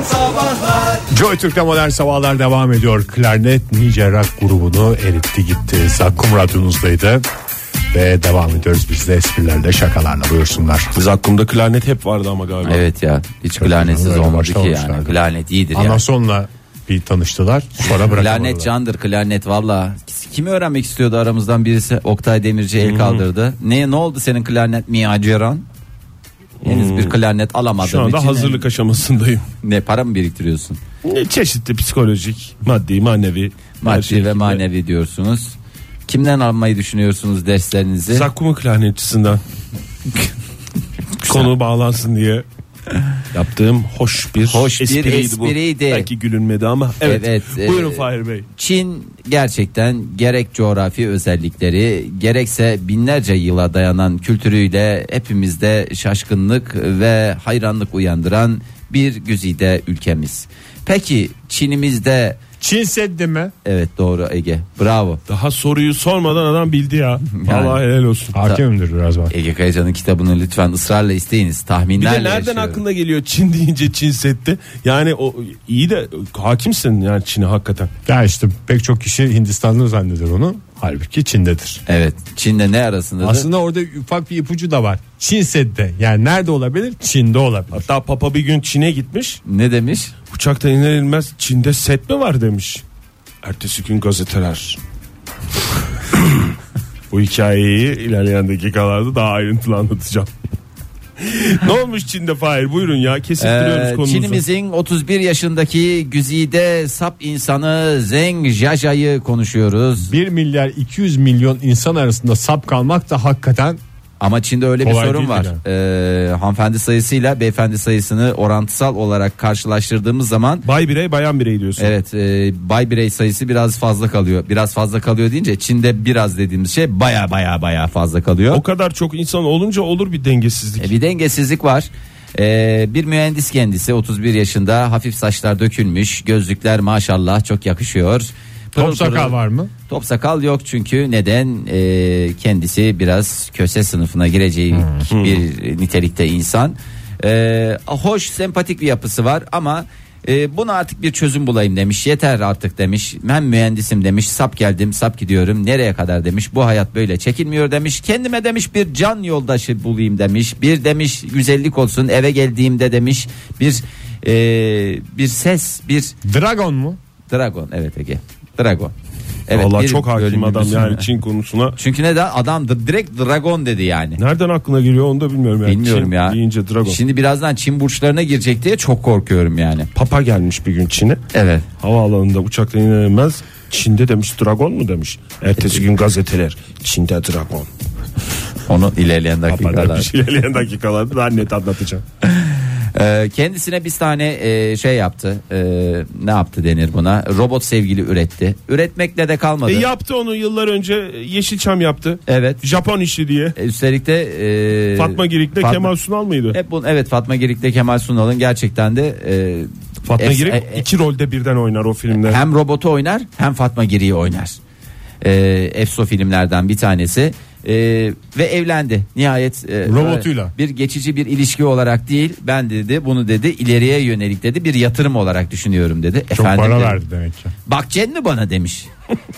Sabahlar. Joy Türk'te modern sabahlar devam ediyor. Klarnet nice rock grubunu eritti gitti. Zakkum radyonuzdaydı. Ve devam ediyoruz biz de esprilerle, şakalarla, buyursunlar. Zakkum'da klarnet hep vardı ama galiba. Evet ya, hiç klarnetsiz olmadı ki yani. Klarnet iyidir yani. Anason'la bir tanıştılar, sonra bırakamadılar. Klarnet candır, klarnet valla. Kimi öğrenmek istiyordu aramızdan birisi? Oktay Demirci el kaldırdı. Ne oldu senin klarnet miyaceran? Henüz bir klarnet alamadığım için. Şu anda hazırlık aşamasındayım. Ne, para mı biriktiriyorsun? Çeşitli psikolojik, maddi, manevi. Maddi ve manevi diyorsunuz. Kimden almayı düşünüyorsunuz derslerinizi? Zakkum'un klarnetçisinden. Konu bağlansın diye yaptığım hoş bir espriydi bu. Belki gülünmedi ama evet. Buyurun Fahir Bey. Çin gerçekten gerek coğrafi özellikleri gerekse binlerce yıla dayanan kültürüyle hepimizde şaşkınlık ve hayranlık uyandıran bir güzide ülkemiz. Peki Çin'imizde Çin Seddi mi? Evet, doğru Ege, bravo. Daha soruyu sormadan adam bildi ya. Yani, Allah helal olsun. Hakimimdir biraz bak. Ege Kayacan'ın kitabını lütfen ısrarla isteyiniz. Tahminlerle bir de nereden yaşıyorum. aklına geliyor Çin deyince Çin Seddi? Yani o iyi de hakimsin yani Çin'e hakikaten. Ya işte pek çok kişi Hindistan'da zanneder onu. Halbuki Çin'dedir. Evet, Çin'le ne arasındadır? Aslında orada ufak bir ipucu da var. Çin Seddi. Yani nerede olabilir? Çin'de olabilir. Hatta Papa bir gün Çin'e gitmiş. Ne demiş? Uçakta iner inmez Çin'de set mi var demiş. Ertesi gün gazeteler. Bu hikayeyi ilerleyen dakikalarda daha ayrıntılı anlatacağım. Ne olmuş Çin'de Fahir? Buyurun ya, kesintiriyoruz konumuzu. Çin'imizin 31 yaşındaki güzide sap insanı Zheng Jiaja'yı konuşuyoruz. 1 milyar 200 milyon insan arasında sap kalmak da hakikaten. Ama Çin'de öyle bir Kolay sorun değil var. Hanımefendi sayısıyla beyefendi sayısını orantısal olarak karşılaştırdığımız zaman bay birey bayan birey diyorsun. Evet, bay birey sayısı biraz fazla kalıyor. Biraz fazla kalıyor deyince Çin'de biraz dediğimiz şey baya fazla kalıyor. O kadar çok insan olunca olur bir dengesizlik. Bir dengesizlik var. Bir mühendis kendisi, 31 yaşında, hafif saçlar dökülmüş, gözlükler maşallah çok yakışıyor. Top sakal var mı? Top sakal yok çünkü neden? Kendisi biraz köse sınıfına gireceği bir nitelikte insan. Hoş, sempatik bir yapısı var ama buna artık bir çözüm bulayım demiş. Yeter artık demiş. Ben mühendisim demiş. Sap geldim, sap gidiyorum. Nereye kadar demiş. Bu hayat böyle çekilmiyor demiş. Kendime demiş bir can yoldaşı bulayım demiş. Bir demiş güzellik olsun eve geldiğimde demiş. Bir ses, bir Dragon mu? Dragon, evet Ege. Dragon. Evet, Allah çok hakim adam yani Çin konusuna. Çünkü neden? Adam direkt Dragon dedi yani. Nereden aklına geliyor onu da bilmiyorum yani. Bilmiyorum Çin ya. Deyince Dragon. Şimdi birazdan Çin burçlarına girecek diye çok korkuyorum yani. Papa gelmiş bir gün Çin'e. Evet. Havaalanında uçaktan inemez. Çin'de demiş Dragon mu demiş. Ertesi gün gazeteler Çin'de Dragon. Onu ilerleyen dakikalarda. İlerleyen dakikalarda daha net anlatacağım. Kendisine bir tane şey yaptı. Ne yaptı denir buna? Robot sevgili üretti. Üretmekle de kalmadı. Yaptı onu yıllar önce, Yeşilçam yaptı. Evet. Japon işi diye. Üstelik de Fatma Girik'te Kemal Sunal mıydı? Hep evet, Fatma Girik'te Kemal Sunal'ın gerçekten de Fatma Girik iki rolde birden oynar o filmde. Hem robotu oynar hem Fatma Girik'i oynar. Efso filmlerden bir tanesi. Ve evlendi nihayet robotuyla. Bir geçici bir ilişki olarak değil, ben dedi bunu dedi ileriye yönelik dedi bir yatırım olarak düşünüyorum dedi. Çok Efendim, para dedi, verdi demek ki. Bakacaksın mı bana demiş.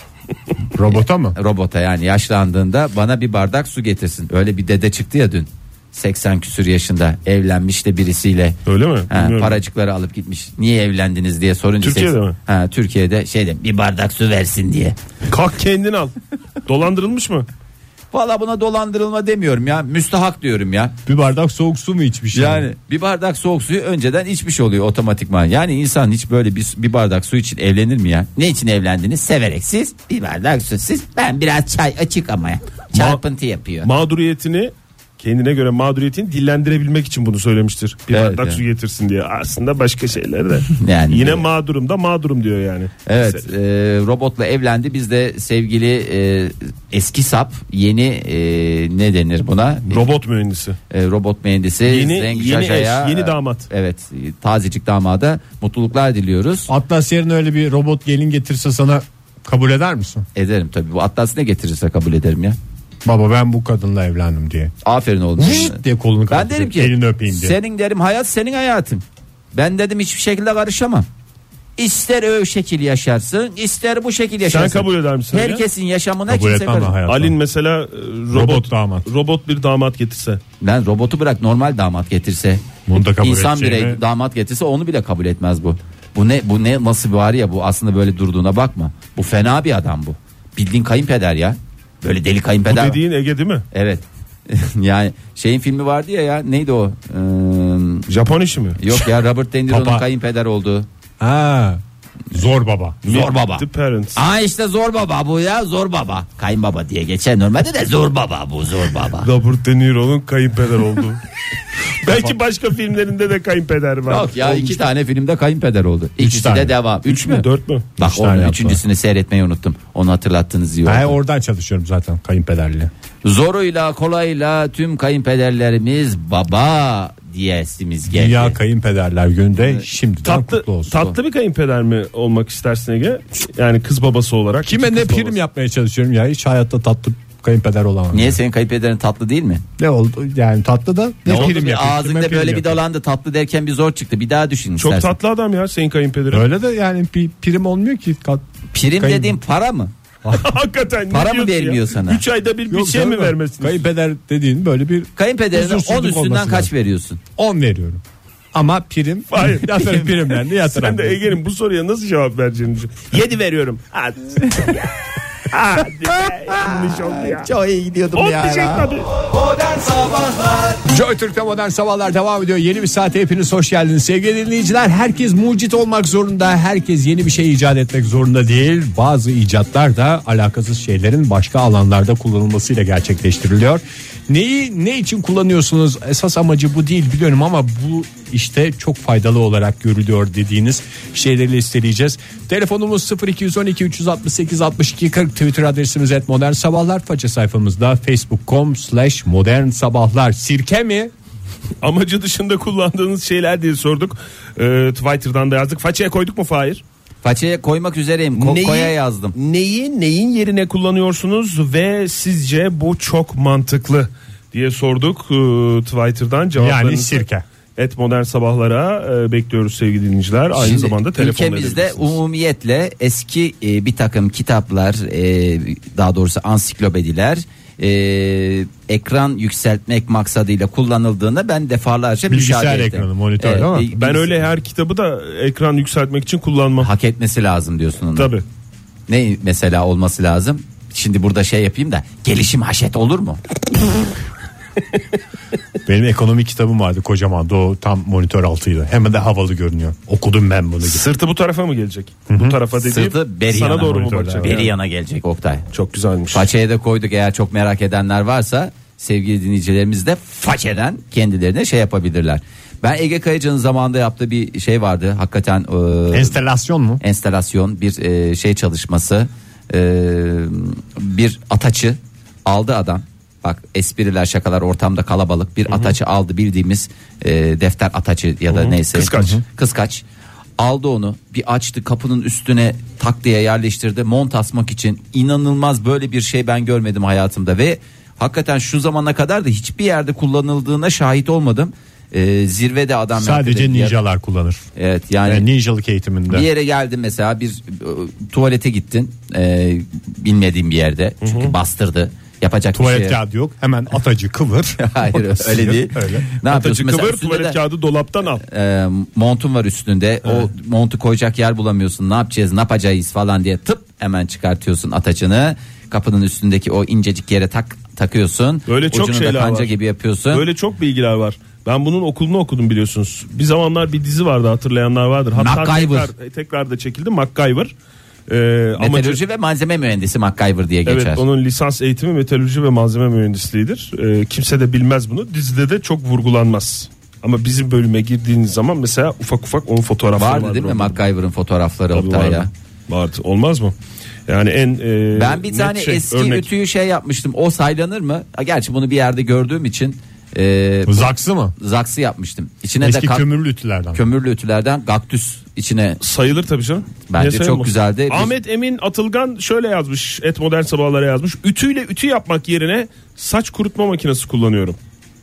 Robota mı? Robota, yani yaşlandığında bana bir bardak su getirsin. Öyle bir dede çıktı ya dün. 80 küsür yaşında evlenmiş de birisiyle. Öyle mi? Paracıkları alıp gitmiş. Niye evlendiniz diye sorunca. Türkiye'de mi? Türkiye'de bir bardak su versin diye. Kalk kendin al. Dolandırılmış mı? Valla buna dolandırılma demiyorum ya. Müstahak diyorum ya. Bir bardak soğuk su mu içmiş? Yani bir bardak soğuk suyu önceden içmiş oluyor otomatikman. Yani insan hiç böyle bir bardak su için evlenir mi ya? Ne için evlendiniz? Severek siz. Bir bardak su siz. Ben biraz çay açık ama çarpıntı yapıyor. Mağduriyetini, kendine göre mağduriyetini dillendirebilmek için bunu söylemiştir. Bir bardak su getirsin diye. Aslında başka şeyler de. Yani yine mağdurum da mağdurum diyor yani. Evet, robotla evlendi. Biz de sevgili eski sap yeni ne denir buna? Robot mühendisi. Robot mühendisi yeni damat. Evet, tazecik damada mutluluklar diliyoruz. Atlas yarın öyle bir robot gelin getirse sana kabul eder misin? Ederim tabii. Bu Atlas ne getirirse kabul ederim ya. Baba ben bu kadınla evlendim diye. Aferin oğlum. Diye kolunu ben derim ki elini öpeyim diye. Senin derim hayat senin hayatın. Ben dedim hiçbir şekilde karışamam. İster o şekil yaşarsın, ister bu şekil yaşarsın. Sen kabul eder misin? Herkesin yaşamına Kabul kimse etmem karışamaz. Alin mesela robot bir damat getirse. Ben robotu bırak, normal damat getirse, Bunu da kabul insan edeceğimi- birey damat getirse onu bile kabul etmez bu. Bu ne nasıl var ya, bu aslında böyle durduğuna bakma. Bu fena bir adam bu. Bildiğin kayınpeder ya. Böyle deli Bu kayınpeder. dediğin Ege değil mi? Evet. Yani şeyin filmi vardı ya neydi o? Japon işi mi? Yok ya, Robert De Niro'nun Papa. kayınpeder olduğu. Ha. Zor baba. Zor baba. The Parents. Aa işte zor baba bu ya, zor baba. Kayınbaba diye geçer normalde de zor baba bu, zor baba. Robert De Niro'nun kayınpeder olduğu. Belki başka filmlerinde de kayınpeder var. Yok ya, 2 tane filmde kayınpeder oldu. İkisi tane. de devam. 3 mü? 4 mü? Bak Üç tane onun yaptılar. üçüncüsünü seyretmeyi unuttum. Onu hatırlattınız iyi oldu. Ben oradan çalışıyorum zaten kayınpederliğe. Zoruyla kolayla tüm kayınpederlerimiz baba diyesimiz geldi. Dünya Kayınpederler Günü'nde şimdiden Tatlı, kutlu olsun. tatlı bir kayınpeder mi olmak istersin Ege? Yani kız babası olarak. Kime İki ne kız prim babası. yapmaya çalışıyorum ya, hiç hayatta tatlı kayınpeder olamam. Niye, senin kayınpederin tatlı değil mi? Ne oldu yani, tatlı da Ne oldu? prim Bir yapıyor, ağzında kime prim böyle bir yapıyor. dolandı, tatlı derken bir zor çıktı. Bir daha düşün Çok istersen. tatlı adam ya senin kayınpederin. Öyle de yani bir prim olmuyor ki. Prim Kayın- dediğin para mı? Hakikaten ne Para mı diyorsun vermiyor ya? sana? 3 ayda bir Yok şey mi canım, vermesin? Kayınpeder dediğin böyle bir Kayınpederine huzursuzluk 10 üstünden olması kaç lazım. veriyorsun? 10 veriyorum. Ama prim Hayır. yatırım primlerini Sen yatıran. de Ege'nin bu soruya nasıl cevap vereceğini düşün. 7 veriyorum. Hadi. Hadi be. Yanlış oldu ya. Çok iyi gidiyordum 10 ya. diyecek tabii. Joy Türk'te Modern Sabahlar devam ediyor. Yeni bir saate hepiniz hoş geldiniz sevgili dinleyiciler. Herkes mucit olmak zorunda. Herkes yeni bir şey icat etmek zorunda değil. Bazı icatlar da alakasız şeylerin başka alanlarda kullanılmasıyla gerçekleştiriliyor. Neyi ne için kullanıyorsunuz? Esas amacı bu değil biliyorum ama bu işte çok faydalı olarak görülüyor dediğiniz şeyleri listeleyeceğiz. Telefonumuz 0212 368 62 40, Twitter adresimiz @modernsabahlar, faça sayfamızda facebook.com/modernsabahlar. Sirke mi? Amacı dışında kullandığınız şeyler diye sorduk. Twitter'dan da yazdık. Façaya koyduk mu Fahir? Façaya koymak üzereyim. Koya yazdım. Neyin yerine kullanıyorsunuz ve sizce bu çok mantıklı diye sorduk Twitter'dan cevaplarınızı. Yani sirke. Modern sabahlara bekliyoruz sevgili dinleyiciler. Aynı Şimdi zamanda telefonla ülkemizde edebilirsiniz. umumiyetle eski bir takım kitaplar, daha doğrusu ansiklopediler ekran yükseltmek maksadıyla kullanıldığını ben defalarca Bilgisayar müşahede ettim. ekranı, monitör değil mi? Ben öyle her kitabı da ekran yükseltmek için kullanmam. Hak etmesi lazım diyorsun onu. Tabii. Ne mesela olması lazım? Şimdi burada şey yapayım da, gelişim haşet olur mu? Benim ekonomi kitabım vardı kocaman, o tam monitör altıydı. Hemen de havalı görünüyor. Okudum ben bunu. Sırtı bu tarafa mı gelecek? Bu tarafa dediğim Sırtı beri sana yana doğru mu monitörler bakacak? var. Beri yana gelecek Oktay. Çok güzelmiş. Façeye de koyduk, eğer çok merak edenler varsa sevgili dinleyicilerimiz de façeden kendilerine şey yapabilirler. Ben Ege Kayacan'ın zamanında yaptığı bir şey vardı. Hakikaten Enstalasyon mu? enstalasyon bir şey çalışması, bir ataçı aldı adam. Bak, espriler şakalar ortamda kalabalık, bir ataçı aldı, bildiğimiz defter ataçı ya da neyse. Kıskaç. Kıskaç. Aldı onu, bir açtı, kapının üstüne tak diye yerleştirdi, mont asmak için. İnanılmaz, böyle bir şey ben görmedim hayatımda ve hakikaten şu zamana kadar da hiçbir yerde kullanıldığına şahit olmadım. Zirvede adam Sadece ninjalar kullanır. Evet yani, Yani ninjalık eğitiminde. bir yere geldin mesela, bir tuvalete gittin, bilmediğin bir yerde, çünkü bastırdı. Yapacak Tuvalet bir şey yok. kağıdı yok. Hemen atacı kıvır. Hayır öyle değil. Öyle. Ne yapıyorsun Atacı mesela, kıvır, üstünde tuvalet de, kağıdı dolaptan al. montun var üstünde. O montu koyacak yer bulamıyorsun. Ne yapacağız, ne yapacağız falan diye tıp hemen çıkartıyorsun atacını. Kapının üstündeki o incecik yere takıyorsun. Böyle çok Ucunu da şeyler kanca var. gibi yapıyorsun. Böyle çok bilgiler var. Ben bunun okulunu okudum biliyorsunuz. Bir zamanlar bir dizi vardı, hatırlayanlar vardır. Hatta MacGyver. tekrar da çekildi. MacGyver. Meteoroloji ve malzeme mühendisi MacGyver diye geçer. Evet, onun lisans eğitimi meteoroloji ve malzeme mühendisliğidir. Kimse de bilmez bunu. Dizide de çok vurgulanmaz. Ama bizim bölüme girdiğiniz zaman mesela ufak ufak onun fotoğrafları Vardı değil mi orada. MacGyver'ın fotoğrafları Tabii Oktay ya? Vardı. Olmaz mı? Yani Ben bir net tane eski örnek. ütüyü şey yapmıştım. O saylanır mı? Gerçi bunu bir yerde gördüğüm için Zaksı mı? zaksı yapmıştım. İçine Eski de kömürlü ütülerden. kömürlü ütülerden kaktüs içine. Sayılır tabii canım. Bence Niye çok sayılmaz? güzeldi. Biz- Ahmet Emin Atılgan şöyle yazmış. Modern sabahlara yazmış. Ütüyle ütü yapmak yerine saç kurutma makinesi kullanıyorum.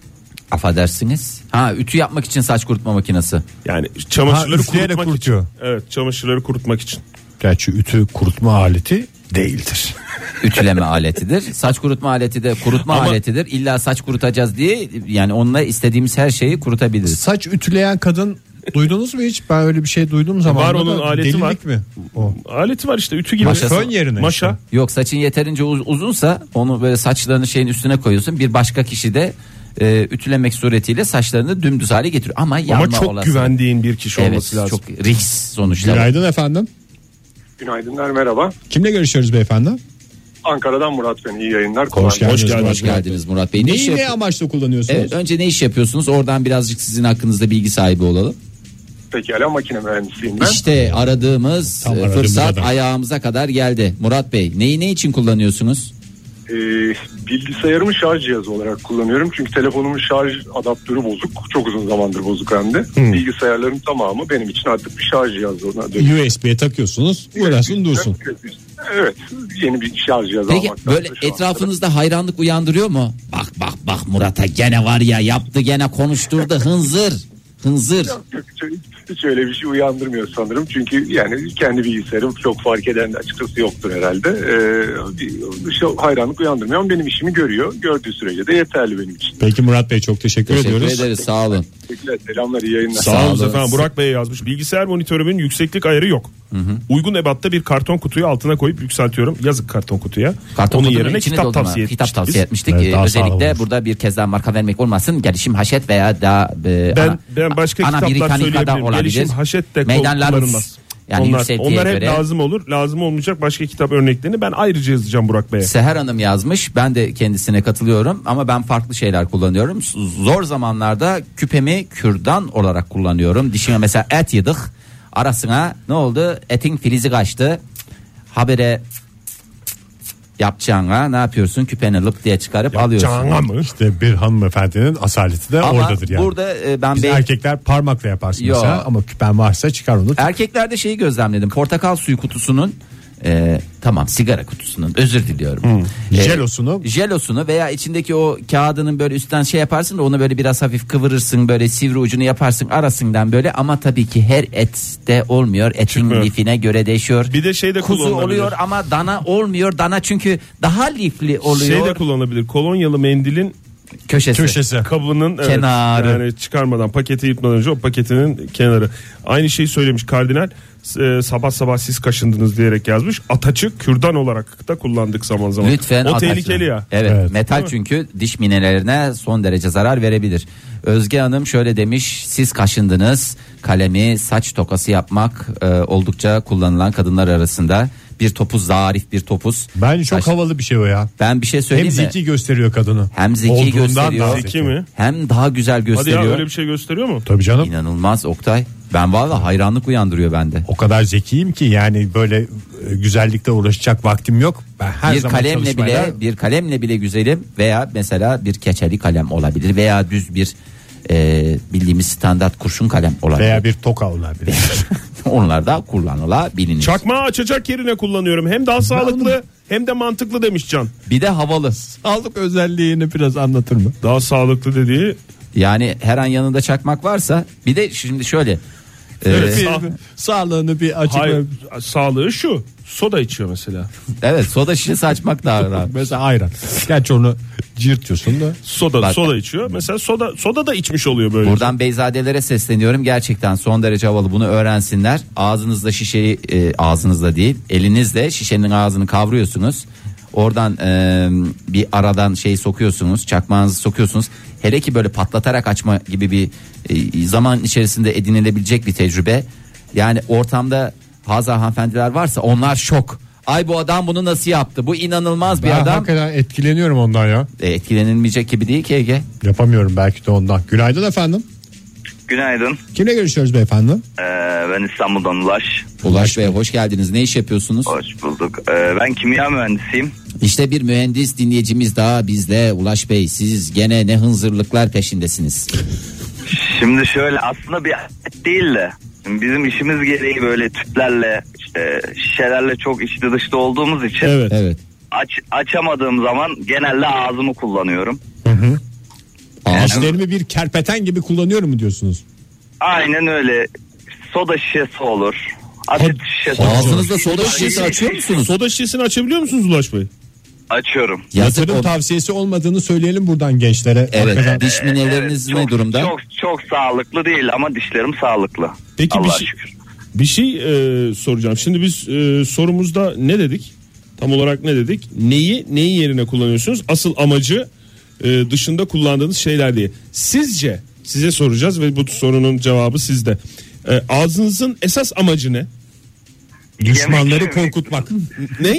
Affedersiniz. Ütü yapmak için saç kurutma makinesi. Yani çamaşırları üfleyerek kurutmak kurutuyor. için. Evet, çamaşırları kurutmak için. Gerçi ütü kurutma aleti değildir. Ütüleme aletidir. Saç kurutma aleti de kurutma aletidir. İlla saç kurutacağız diye yani onunla istediğimiz her şeyi kurutabiliriz. Saç ütüleyen kadın duydunuz mu hiç? Ben öyle bir şey duydum zaman. Var, onun aleti var. Mi? O. Aleti var işte, ütü gibi. Fön yerine maşa. işte. Yok, saçın yeterince uzunsa onu böyle saçlarını şeyin üstüne koyuyorsun. Bir başka kişi de ütülemek suretiyle saçlarını dümdüz hale getiriyor. Ama çok olası. güvendiğin bir kişi olması lazım. Çok risk sonuçta. Günaydın efendim. Günaydınlar, merhaba. Kimle görüşüyoruz beyefendi? Ankara'dan Murat ben, iyi yayınlar. Hoş geldiniz. Hoş geldiniz Murat Bey. Ne amaçla kullanıyorsunuz? Evet, önce ne iş yapıyorsunuz? Oradan birazcık sizin hakkınızda bilgi sahibi olalım. Pekala, makine mühendisiyim ben. İşte aradığımız fırsat adam. ayağımıza kadar geldi. Murat Bey, neyi ne için kullanıyorsunuz? Bilgisayarımı şarj cihazı olarak kullanıyorum. Çünkü telefonumun şarj adaptörü bozuk. Çok uzun zamandır bozuk hem de. Bilgisayarların tamamı benim için artık bir şarj cihazına dönüyor. USB'ye takıyorsunuz. Uğraşsın dursun. Evet, yeni bir şarj cihazı Peki almak böyle etrafınızda hayranlık uyandırıyor mu? Bak Murat'a gene var ya, yaptı gene, konuşturdu, hınzır. Hiç öyle bir şey uyandırmıyor sanırım. Çünkü yani kendi bilgisayarım, çok fark eden de açıkçası yoktur herhalde. Hayranlık uyandırmıyor ama benim işimi görüyor. Gördüğü sürece de yeterli benim için. Peki Murat Bey, çok teşekkür ediyoruz. Teşekkür ederiz, sağ olun. Teşekkürler, selamlar, iyi yayınlar. Sağ olun olun. efendim. Burak Bey yazmış. Bilgisayar monitörümün yükseklik ayarı yok. Uygun ebatta bir karton kutuyu altına koyup yükseltiyorum. Yazık karton kutuya. Onun yerine kitap tavsiye etmiştik. Evet, özellikle burada bir kez daha marka vermek olmasın. Gelişim Haşet veya da ben başka kitaplar söyleyebilirim. Gelişim Haşet de kullanılmaz. Yani onlar hep lazım olur. Lazım olmayacak başka kitap örneklerini ben ayrıca yazacağım Burak Bey'e. Seher Hanım yazmış. Ben de kendisine katılıyorum ama ben farklı şeyler kullanıyorum. Zor zamanlarda küpemi kürdan olarak kullanıyorum. Dişime mesela et yedik. Arasına ne oldu? Etin filizi kaçtı. Habere yapacağına ne yapıyorsun? Küpeni lıp diye çıkarıp alıyorsun. Yapacağına mı? İşte bir hanımefendinin asaleti de ama oradadır yani. Burada ben biz erkekler parmakla yaparsın mesela, ama küpen varsa çıkar onu. Erkeklerde şeyi gözlemledim. Portakal suyu kutusunun tamam, sigara kutusunun, özür diliyorum. Jelosunu veya içindeki o kağıdının böyle üstten şey yaparsın da onu böyle biraz hafif kıvırırsın, böyle sivri ucunu yaparsın arasından böyle, ama tabii ki her ette olmuyor. Etin lifine göre değişiyor. Bir de şey de kuzu oluyor ama dana olmuyor. Dana çünkü daha lifli oluyor. Şey de kullanılabilir. Kolonyalı mendilin köşesi. Kabının kenarı. Yani çıkarmadan, paketi yırtmadan önce o paketinin kenarı. Aynı şeyi söylemiş kardinal. Sabah sabah siz kaşındınız diyerek yazmış. Ataçı kürdan olarak da kullandık zaman zaman. Lütfen o ataçı. tehlikeli ya. Evet, metal çünkü diş minerallerine son derece zarar verebilir. Özge Hanım şöyle demiş: siz kaşındınız. Kalemi saç tokası yapmak oldukça kullanılan kadınlar arasında bir topuz, zarif bir topuz. Bence çok havalı bir şey o ya. Ben bir şey söyleyeyim mi? Hem zeki gösteriyor kadını. Hem zeki gösteriyor. Zeki mi? Hem daha güzel gösteriyor. Hadi ya, öyle bir şey gösteriyor mu? Tabii canım. İnanılmaz Oktay. Ben vallahi hayranlık uyandırıyor bende. O kadar zekiyim ki yani böyle güzellikle uğraşacak vaktim yok. Ben her bir zaman bir kalemle bile güzelim, veya mesela bir keçeli kalem olabilir veya düz bir bildiğimiz standart kurşun kalem olabilir. Veya bir toka olabilir. Onlar da kullanılabilir. Çakmağı açacak yerine kullanıyorum. Hem daha sağlıklı hem de mantıklı demiş Can. Bir de havalı. Sağlık özelliğini biraz anlatır mı? Daha sağlıklı dediği. Yani her an yanında çakmak varsa, bir de şimdi şöyle. Evet, sağlığını bir açık. Hayır, sağlığı şu. Soda içiyor mesela. Evet, soda şişesi açmak daha rahat. Mesela ayran. Gerçi onu cırtıyorsun da. Soda içiyor. Mesela soda da içmiş oluyor böyle. Buradan beyzadelere sesleniyorum. Gerçekten son derece havalı, bunu öğrensinler. Ağzınızda şişeyi, ağzınızda değil, elinizle şişenin ağzını kavruyorsunuz. Oradan bir aradan şey sokuyorsunuz, çakmağınızı sokuyorsunuz. Hele ki böyle patlatarak açma gibi bir zaman içerisinde edinilebilecek bir tecrübe. Yani ortamda Hazar hanımefendiler varsa onlar şok. Ay, bu adam bunu nasıl yaptı? Bu inanılmaz bir adam. Ben hakikaten etkileniyorum ondan ya. Etkilenilmeyecek gibi değil ki Ege. Yapamıyorum belki de ondan. Günaydın efendim. Günaydın. Kimle görüşüyoruz beyefendi? Ben İstanbul'dan Ulaş. Ulaş Bey, hoş geldiniz. Ne iş yapıyorsunuz? Hoş bulduk. Ben kimya mühendisiyim. İşte bir mühendis dinleyicimiz daha bizde. Ulaş Bey, siz gene ne hınzırlıklar peşindesiniz. Şimdi şöyle, aslında bir alet değil de bizim işimiz gereği böyle tüplerle, işte şişelerle çok içli dışlı olduğumuz için Evet. açamadığım zaman genelde ağzımı kullanıyorum. Dişlerimi bir kerpeten gibi kullanıyorum mu diyorsunuz? Aynen öyle. Soda şişesi olur. Asit şişesi olur. Ağzınızda soda şişesi açıyor musunuz? Soda şişesini açabiliyor musunuz Ulaş Bey? Açıyorum. Yatırım tavsiyesi olmadığını söyleyelim buradan gençlere. Evet. Hakikaten. Diş mineraliniz ne durumda? Çok sağlıklı değil ama dişlerim sağlıklı. Peki Allah'a şükür. bir şey soracağım. Şimdi biz sorumuzda ne dedik? Tam olarak ne dedik? Neyi yerine kullanıyorsunuz? Asıl amacı dışında kullandığınız şeyler diye. Sizce, size soracağız ve bu sorunun cevabı sizde. Ağzınızın esas amacı ne? Düşmanları Yemek korkutmak. Ne?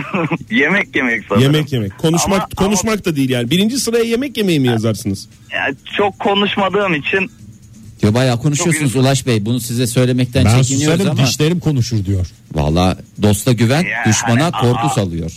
Yemek yemek sanırım. Yemek. Konuşmak Ama da değil yani. Birinci sıraya yemek yemeyi mi yazarsınız? yani çok konuşmadığım için Yo, bayağı konuşuyorsunuz Ulaş Bey. Bunu size söylemekten Ben çekiniyoruz susarım ama. dişlerim konuşur diyor. Valla dosta güven, Ya, düşmana hani, korku salıyor.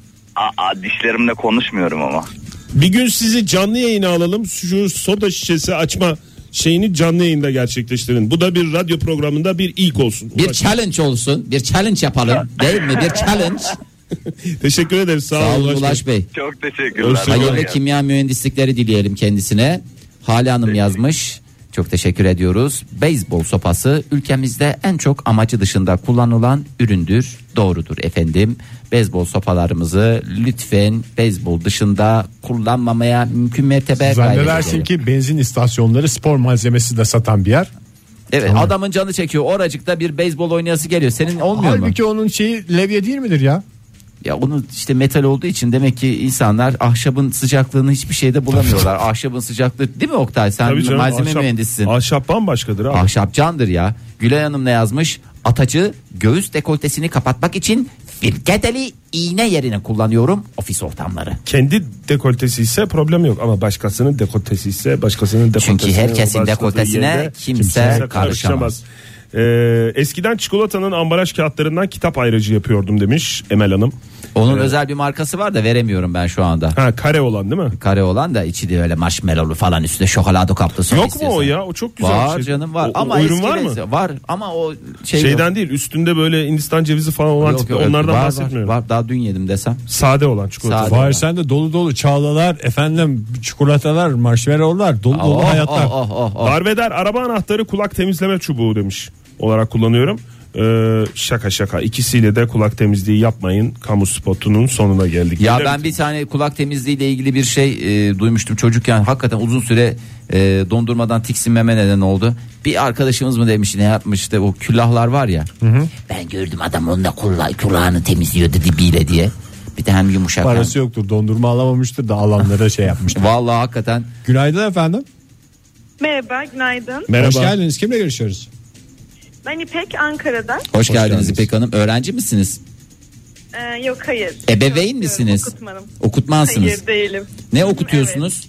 dişlerimle konuşmuyorum ama. Bir gün sizi canlı yayına alalım. Şu soda şişesi açma şeyini canlı yayında gerçekleştirin. Bu da bir radyo programında bir ilk olsun. Bir Ulaş. challenge olsun. Bir challenge yapalım. Değil mi? Bir challenge. Teşekkür ederiz. Sağ olun Ulaş Bey. Çok teşekkürler. Hoşça kalın. Hayırlı kimya mühendislikleri dileyelim kendisine. Hale Hanım yazmış. Çok teşekkür ediyoruz. Beyzbol sopası ülkemizde en çok amacı dışında kullanılan üründür. Doğrudur efendim. Beyzbol sopalarımızı lütfen beyzbol dışında kullanmamaya mümkün mertebe gayret Zannedersin edelim. ki benzin istasyonları spor malzemesi de satan bir yer. Evet, adamın canı çekiyor. Oracıkta bir beyzbol oynayası geliyor. Senin olmuyor mu? Halbuki onun şeyi levye değil midir ya? Ya onu işte metal olduğu için demek ki insanlar ahşabın sıcaklığını hiçbir şeyde bulamıyorlar. Ahşabın sıcaklığı değil mi Oktay? Sen Tabii canım, malzeme ahşap- mühendisisin. Ahşap bambaşkadır abi. Ahşap candır ya. Gülay Hanım ne yazmış? Atacı göğüs dekoltesini kapatmak için firketeli iğne yerine kullanıyorum ofis ortamları. Kendi dekoltesi ise problem yok ama başkasının dekoltesi ise başkasının dekoltesine. Çünkü herkesin başladığı dekoltesine yerde kimse karışamaz. Eskiden çikolatanın ambalaj kağıtlarından kitap ayracı yapıyordum demiş Emel Hanım. Onun özel bir markası var da veremiyorum ben şu anda. Ha, kare olan değil mi? Kare olan da içi de öyle marshmallowlu falan üstüne şokolado kaplısı. Yok mu o ya? O çok güzel var bir şey. canım var. O Ama ürün var mı? Var ama o şey Şeyden yok. değil, üstünde böyle Hindistan cevizi falan olan Yok, tipi, yok, onlardan var, bahsetmiyorum. Var, daha dün yedim desem. Sade olan çikolata. Sade. Fahir sen de dolu dolu çağlalar, efendim çikolatalar, marshmallowlar, dolu dolu hayatlar. Darveder araba anahtarı kulak temizleme çubuğu demiş olarak kullanıyorum. Şaka ikisiyle de kulak temizliği yapmayın, kamu spotunun sonuna geldik. Ya Öyle ben mi? bir tane kulak temizliği ile ilgili bir şey duymuştum çocukken. Hakikaten uzun süre dondurmadan tiksinmeme neden oldu. Bir arkadaşımız mı demiş, ne yapmıştı, o küllahlar var ya. Ben gördüm adam onunla kulağını temizliyordu dibiyle diye. Bir de hem yumuşak. Parası yoktur, dondurma alamamıştır da alanlara şey yapmıştır. Vallahi hakikaten. Günaydın efendim. Merhaba, günaydın. Merhaba. Hoş geldiniz. Kimle görüşüyoruz? Ben İpek, Ankara'dan. Hoş geldiniz geldiniz. İpek Hanım. Öğrenci misiniz? Yok, hayır. Ebeveyn misiniz? Okutmanım. Okutmansınız. Hayır, değilim. Ne okutuyorsunuz?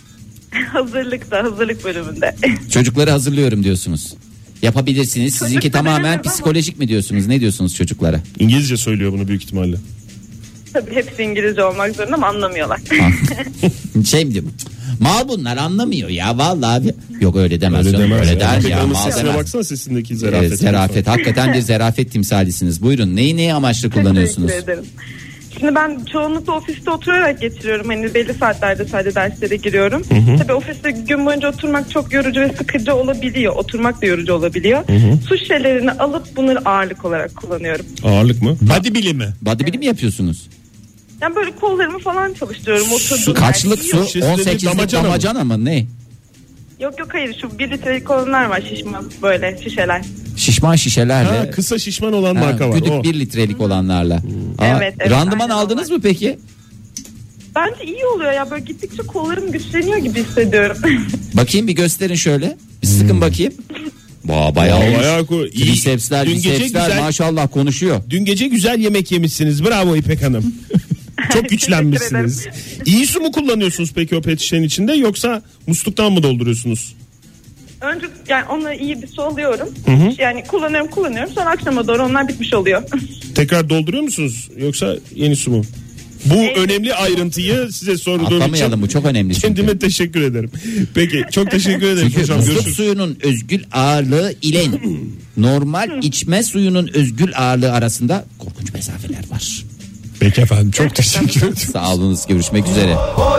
Hazırlık bölümünde. Çocukları hazırlıyorum diyorsunuz. Yapabilirsiniz. Sizinki Çocuk tamamen bölümü ama- psikolojik mi diyorsunuz? Ne diyorsunuz çocuklara? İngilizce söylüyor bunu büyük ihtimalle. Tabii hepsi İngilizce olmak zorunda ama anlamıyorlar. Şey mi diyorum? Mal bunlar anlamıyor ya vallahi abi. Yok öyle demez. Öyle canım, demez. öyle der İpek ya. Hanım'ın Mal sesine demez. baksana, sesindeki zarafet. Evet, zarafet. Hakikaten bir zarafet timsalisiniz. Buyurun. Neyi amaçlı kullanıyorsunuz? Teşekkür ederim. Şimdi ben çoğunlukla ofiste oturarak geçiriyorum. Hani belli saatlerde sadece derslere giriyorum. Tabii ofiste gün boyunca oturmak çok yorucu ve sıkıcı olabiliyor. Oturmak da yorucu olabiliyor. Su şişelerini alıp bunları ağırlık olarak kullanıyorum. Ağırlık mı? Body bilimi. Bodybuilding mi yapıyorsunuz? Yani böyle kollarımı falan çalıştırıyorum. Oturduğum Kaçlık yerde. su? Yok, Şişesi 18'lik damacana mı? damacana mı? Ne? yok hayır, şu 1 litrelik olanlar var, şişman böyle şişeler. Şişman şişelerle. Ha, kısa şişman olan Ha, marka var. güdük O. 1 litrelik olanlarla. Evet, evet, Randıman aynen aldınız onlar. mı peki? Bence iyi oluyor ya, böyle gittikçe kollarım güçleniyor gibi hissediyorum. Bakayım bir gösterin şöyle. Bir sıkın bakayım. Bayağı Bayağı olmuş. iyi. Trisepsler, Dün gece bisepsler güzel- maşallah konuşuyor. Dün gece güzel yemek yemişsiniz. Bravo İpek Hanım. Çok güçlenmişsiniz. İyi su mu kullanıyorsunuz peki o pet şişenin içinde, yoksa musluktan mı dolduruyorsunuz? Önce yani onları iyi bir su alıyorum. Yani kullanıyorum. Sonra akşama doğru onlar bitmiş oluyor. Tekrar dolduruyor musunuz yoksa yeni su mu? Bu önemli ayrıntıyı size sorduğum Atlamayalım, için bu çok önemli çünkü. kendime teşekkür ederim. Peki, çok teşekkür ederim Çünkü hocam. musluk Görüşürüz. suyunun özgül ağırlığı ile normal içme suyunun özgül ağırlığı arasında korkunç mesafeler var. Peki efendim, çok teşekkür ederim. Sağ olunuz, görüşmek üzere.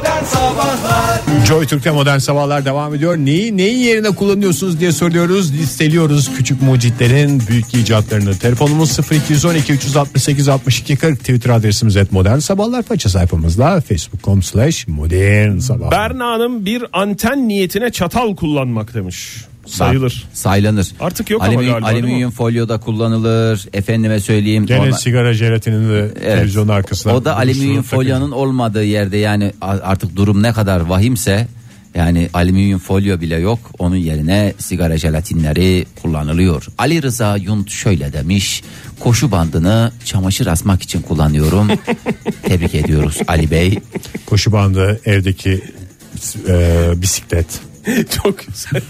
Joy Türk'te Modern Sabahlar devam ediyor. Neyi yerine kullanıyorsunuz diye soruyoruz. Listeliyoruz küçük mucitlerin büyük icatlarını. Telefonumuz 0212 368 62 40. Twitter adresimiz @modernsabahlar. Faça sayfamızda facebook.com/modernsabahlar. Berna Hanım bir anten niyetine çatal kullanmak demiş. Sayılır. Saylanır. Artık yok ama galiba, değil alüminyum mi? folyoda kullanılır. Efendime söyleyeyim. Gene sigara jelatinini de televizyonun arkasına. O da alüminyum folyonun olmadığı yerde, yani artık durum ne kadar vahimse, yani alüminyum folyo bile yok. Onun yerine sigara jelatinleri kullanılıyor. Ali Rıza Yunt şöyle demiş: koşu bandını çamaşır asmak için kullanıyorum. Tebrik ediyoruz Ali Bey. Koşu bandı, evdeki bisiklet. Çok güzel.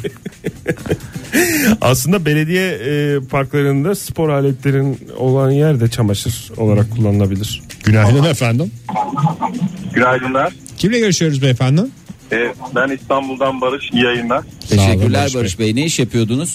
Aslında belediye parklarında spor aletlerin olan yerde çamaşır olarak kullanılabilir. Günaydın efendim. Günaydınlar. Kimle görüşüyoruz beyefendi? Ben İstanbul'dan Barış, iyi yayınlar. Teşekkürler Barış Barış Bey. Ne iş yapıyordunuz?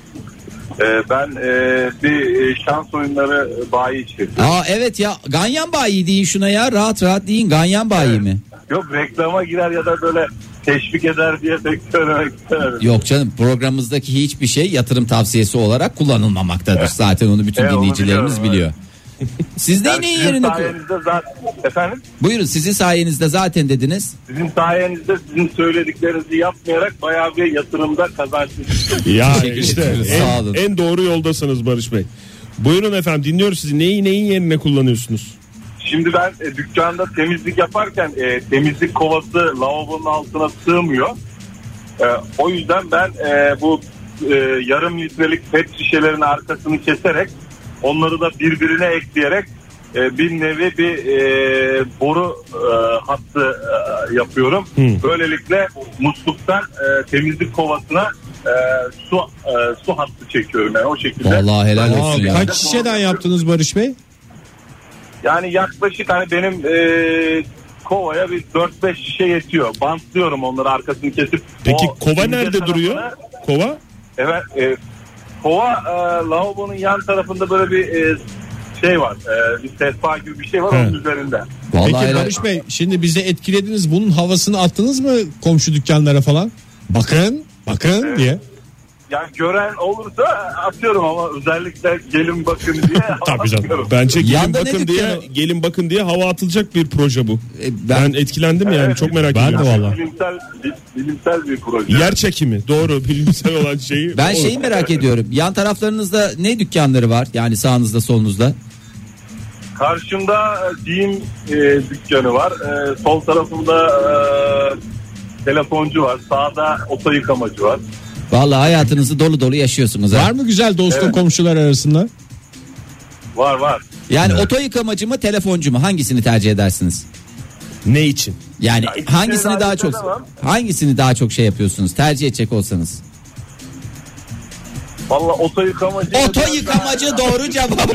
Ben bir şans oyunları bayi işletiyorum. Aa evet ya, Ganyan bayi deyin şuna ya, rahat rahat deyin, Ganyan bayi mi? Yok, reklama girer ya da böyle teşvik eder diye pek söylemek istemiyorum. Yok canım, programımızdaki hiçbir şey yatırım tavsiyesi olarak kullanılmamaktadır. Zaten onu bütün dinleyicilerimiz onu biliyor. Siz neyin yerine efendim? Buyurun, sizin sayenizde zaten dediniz. Sizin sayenizde sizin söylediklerinizi yapmayarak bayağı bir yatırımda kazançlı. Ya Teşekkür işte ederiz, sağ olun. en doğru yoldasınız Barış Bey. Buyurun efendim, dinliyoruz sizi. Neyin yerine kullanıyorsunuz? Şimdi ben dükkanda temizlik yaparken temizlik kovası lavabonun altına sığmıyor. O yüzden ben bu yarım litrelik pet şişelerin arkasını keserek onları da birbirine ekleyerek bir nevi bir boru hattı yapıyorum. Böylelikle musluktan temizlik kovasına su hattı çekiyorum, yani o şekilde. Vallahi helal olsun ya. Kaç şişeden yaptınız Barış Bey? Yani yaklaşık hani benim kovaya bir 4-5 şişe yetiyor. Bantlıyorum onları, arkasını kesip. Peki o kova nerede duruyor? Kova? Evet, kova lavabonun yan tarafında böyle bir şey var. Bir sehpa gibi bir şey var onun üzerinde. Vallahi Peki helal. Barış Bey, şimdi bizi etkilediniz, bunun havasını attınız mı komşu dükkanlara falan? Bakın diye. Yani gören olursa atıyorum ama özellikle gelin bakın diye. Tabii canım. Bence Yanda ne gelin bakın diye hava atılacak bir proje bu. Ben Ben etkilendim yani, Evet, çok merak ben de ediyorum. vallahi. Bilimsel bir proje. Yer çekimi, doğru, bilimsel olan şeyi. Ben şeyi merak ediyorum. Yan taraflarınızda ne dükkanları var? Yani sağınızda solunuzda. Karşımda giyim dükkanı var. Sol tarafımda telefoncu var. Sağda oto yıkamacı var. Vallahi hayatınızı dolu dolu yaşıyorsunuz. Var mı güzel dostum komşular arasında? Var. Yani oto yıkamacı mı, telefoncu mu? Hangisini tercih edersiniz? Ne için? Yani ikisini hangisini de daha ayırt çok edemem. hangisini daha çok şey yapıyorsunuz? Tercih edecek olsanız. Valla oto yıkamacı. Oto yıkamacı doğru cevap.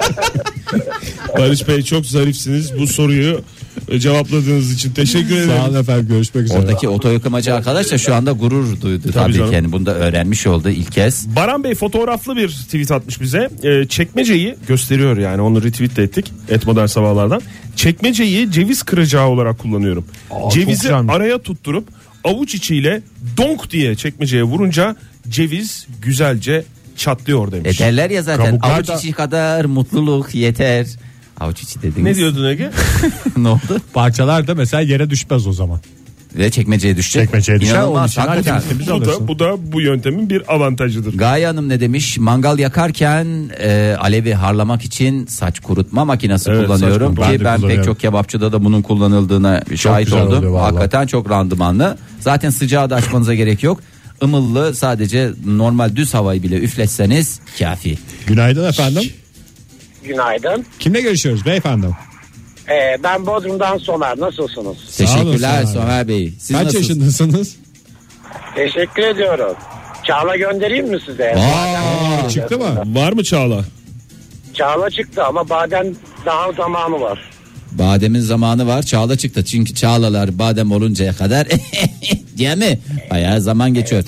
Barış Bey, çok zarifsiniz. Bu soruyu cevapladığınız için teşekkür ederim. Sağ olun efendim, görüşmek üzere. Oradaki oto yıkamacı arkadaş da şu anda gurur duydu tabii canım. ki. Yani bunu da öğrenmiş oldu ilk kez. Baran Bey fotoğraflı bir tweet atmış bize. Çekmeceyi gösteriyor, yani onu retweet de ettik @modern sabahlardan. Çekmeceyi ceviz kıracağı olarak kullanıyorum. Cevizi güzelmiş. araya tutturup avuç içiyle donk diye çekmeceye vurunca ceviz güzelce çatlıyor demiş. Derler ya zaten, Kabuklar avuç da- içi kadar mutluluk yeter. Avuç içi dediniz. Ne diyordun Ege? Ne oldu? Parçalar da mesela yere düşmez o zaman. Ve çekmeceye düşecek. Çekmeceye düşer, onun İnanılmaz, için hakikaten. herkes temiz bu alırsın. da bu yöntemin bir avantajıdır. Gaye Hanım ne demiş? Mangal yakarken alevi harlamak için saç kurutma makinesi Evet, kullanıyorum saç kurutma. Ben ki de ben pek kullanıyorum. çok kebapçıda da bunun kullanıldığına şahit güzel oldum. oluyor vallahi. Hakikaten çok randımanlı. Zaten sıcağı da açmanıza gerek yok. Imıllı, sadece normal düz havayı bile üfletseniz kafi. Günaydın efendim. Günaydın. Kimle görüşüyoruz beyefendi? Ben Bodrum'dan Somer. Nasılsınız? Teşekkürler olun, Somer Bey. Siz Kaç nasılsınız? yaşındasınız? Teşekkür ediyorum. Çağla göndereyim mi size? Aa, Çıktı mı? Var mı Çağla? Çağla çıktı ama badem daha zamanı var. Bademin zamanı var, Çağla çıktı. Çünkü Çağlalar badem oluncaya kadar değil mi? Bayağı zaman geçiyor.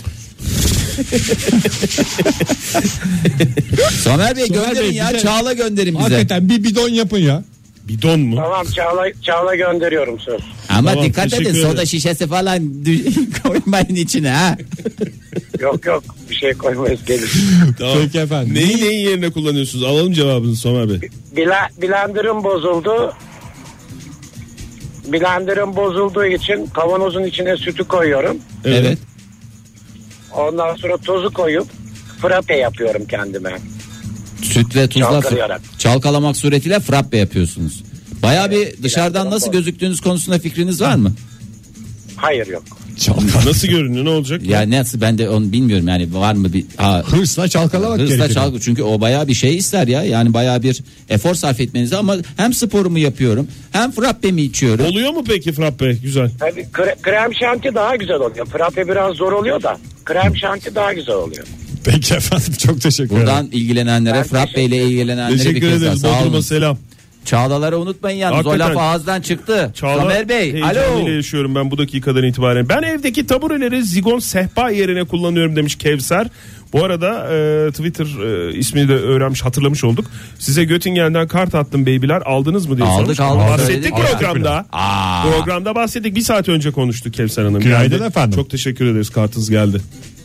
Somer Bey Somer gönderin Bey, ya, bize- Çağla gönderin bize. Hakikaten bir bidon yapın ya. Bidon mu? Tamam Çağla gönderiyorum söz. Ama Tamam, dikkat edin, teşekkür soda ederim. şişesi falan koymayın içine ha. Yok bir şey koymayız gelir. Tamam. Peki efendim. Neyi yerine kullanıyorsunuz? Alalım cevabını Somer Bey. Blender'ım bozulduğu için kavanozun içine sütü koyuyorum. Evet. Ondan sonra tozu koyup frappe yapıyorum kendime. Süt ve tuzla Çalkalayarak. çalkalamak suretiyle frappe yapıyorsunuz. Bayağı bir dışarıdan nasıl gözüktüğünüz konusunda fikriniz var mı? Hayır yok. Nasıl görünüyor, ne olacak? Ya nasıl, ben de onu bilmiyorum yani, var mı bir Hırsla çalkalamak hırsla gerekiyor. çünkü o bayağı bir şey ister ya, yani bayağı bir efor sarf etmeniz, ama hem sporumu yapıyorum hem frappemi içiyorum. Oluyor mu peki frappe? Güzel. Tabii krem şanti daha güzel oluyor. Frappe biraz zor oluyor da krem şanti daha güzel oluyor. Peki efendim, çok teşekkür ederim. Buradan ilgilenenlere, Ben frappe ile ilgilenenlere bir Teşekkür kez daha ederiz. sağ olun. Bodrum'a selam. Çağlaları unutmayın yalnız, o Hakikaten. laf ağızdan çıktı. Çağla, Somer Bey, heyecanıyla alo. yaşıyorum ben bu dakikadan itibaren. Ben evdeki tabureleri zigon sehpa yerine kullanıyorum demiş Kevser. Bu arada Twitter ismini de öğrenmiş, hatırlamış olduk. Size Göttingen'den kart attım beybiler, aldınız mı diye Aldık, sormuş. aldık. Bahsettik Söyledik ya. programda. Programda bahsettik. Bir saat önce konuştuk Kevser Hanım. Günaydın Geldi. efendim. Çok teşekkür ederiz, kartınız geldi.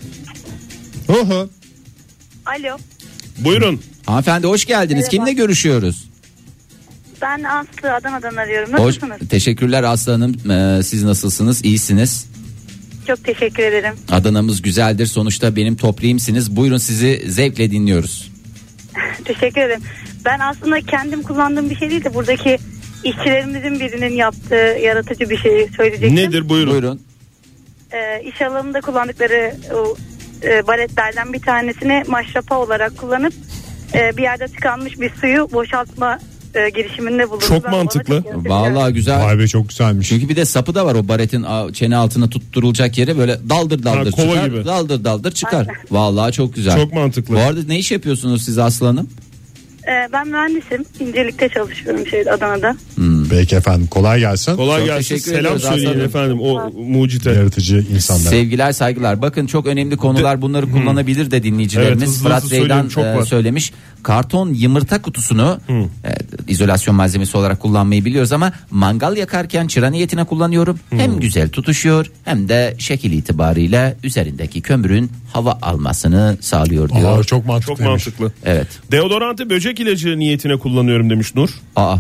Oho. Alo. Buyurun. Hanımefendi hoş geldiniz. Merhaba. Kimle görüşüyoruz? Ben Aslı, Adana'dan arıyorum. Hoş, Nasılsınız? teşekkürler Aslı Hanım. Siz nasılsınız? İyisiniz. Çok teşekkür ederim. Adana'mız güzeldir. Sonuçta benim toprağımsınız. Buyurun, sizi zevkle dinliyoruz. Teşekkür ederim. Ben aslında kendim kullandığım bir şey değil de buradaki işçilerimizin birinin yaptığı yaratıcı bir şey söyleyecektim. Nedir, buyurun. Buyurun. İş alanında kullandıkları o, baretlerden bir tanesini maşrapa olarak kullanıp bir yerde tıkanmış bir suyu boşaltma girişiminde bulundu. Çok Ben ona mantıklı. çok yaratıcı Vallahi güzel. Vay be, çok güzelmiş. Çünkü bir de sapı da var o baretin çene altına tutturulacak yere, böyle daldır daldır kova çıkar. gibi. Daldır daldır çıkar. Vallahi çok güzel. Çok mantıklı. Bu arada ne iş yapıyorsunuz siz Aslı Hanım? Ben mühendisim. İncelikte çalışıyorum Adana'da. Peki efendim, kolay gelsin. Kolay Çok gelsin. teşekkür Selam ediyoruz söyleyin Aslanım. efendim o mucite. Yaratıcı insanlar. Sevgiler, saygılar. Bakın çok önemli konular, bunları kullanabilir de dinleyicilerimiz. Evet, hızlı Fırat hızlı Zeydan söyleyelim, çok var. söylemiş. Karton yumurta kutusunu izolasyon malzemesi olarak kullanmayı biliyoruz ama mangal yakarken çıra niyetine kullanıyorum. Hem güzel tutuşuyor hem de şekil itibariyle üzerindeki kömürün hava almasını sağlıyor diyor. Çok mantıklı. Çok mantıklı. Evet. Deodorantı böcek ilacı niyetine kullanıyorum demiş Nur.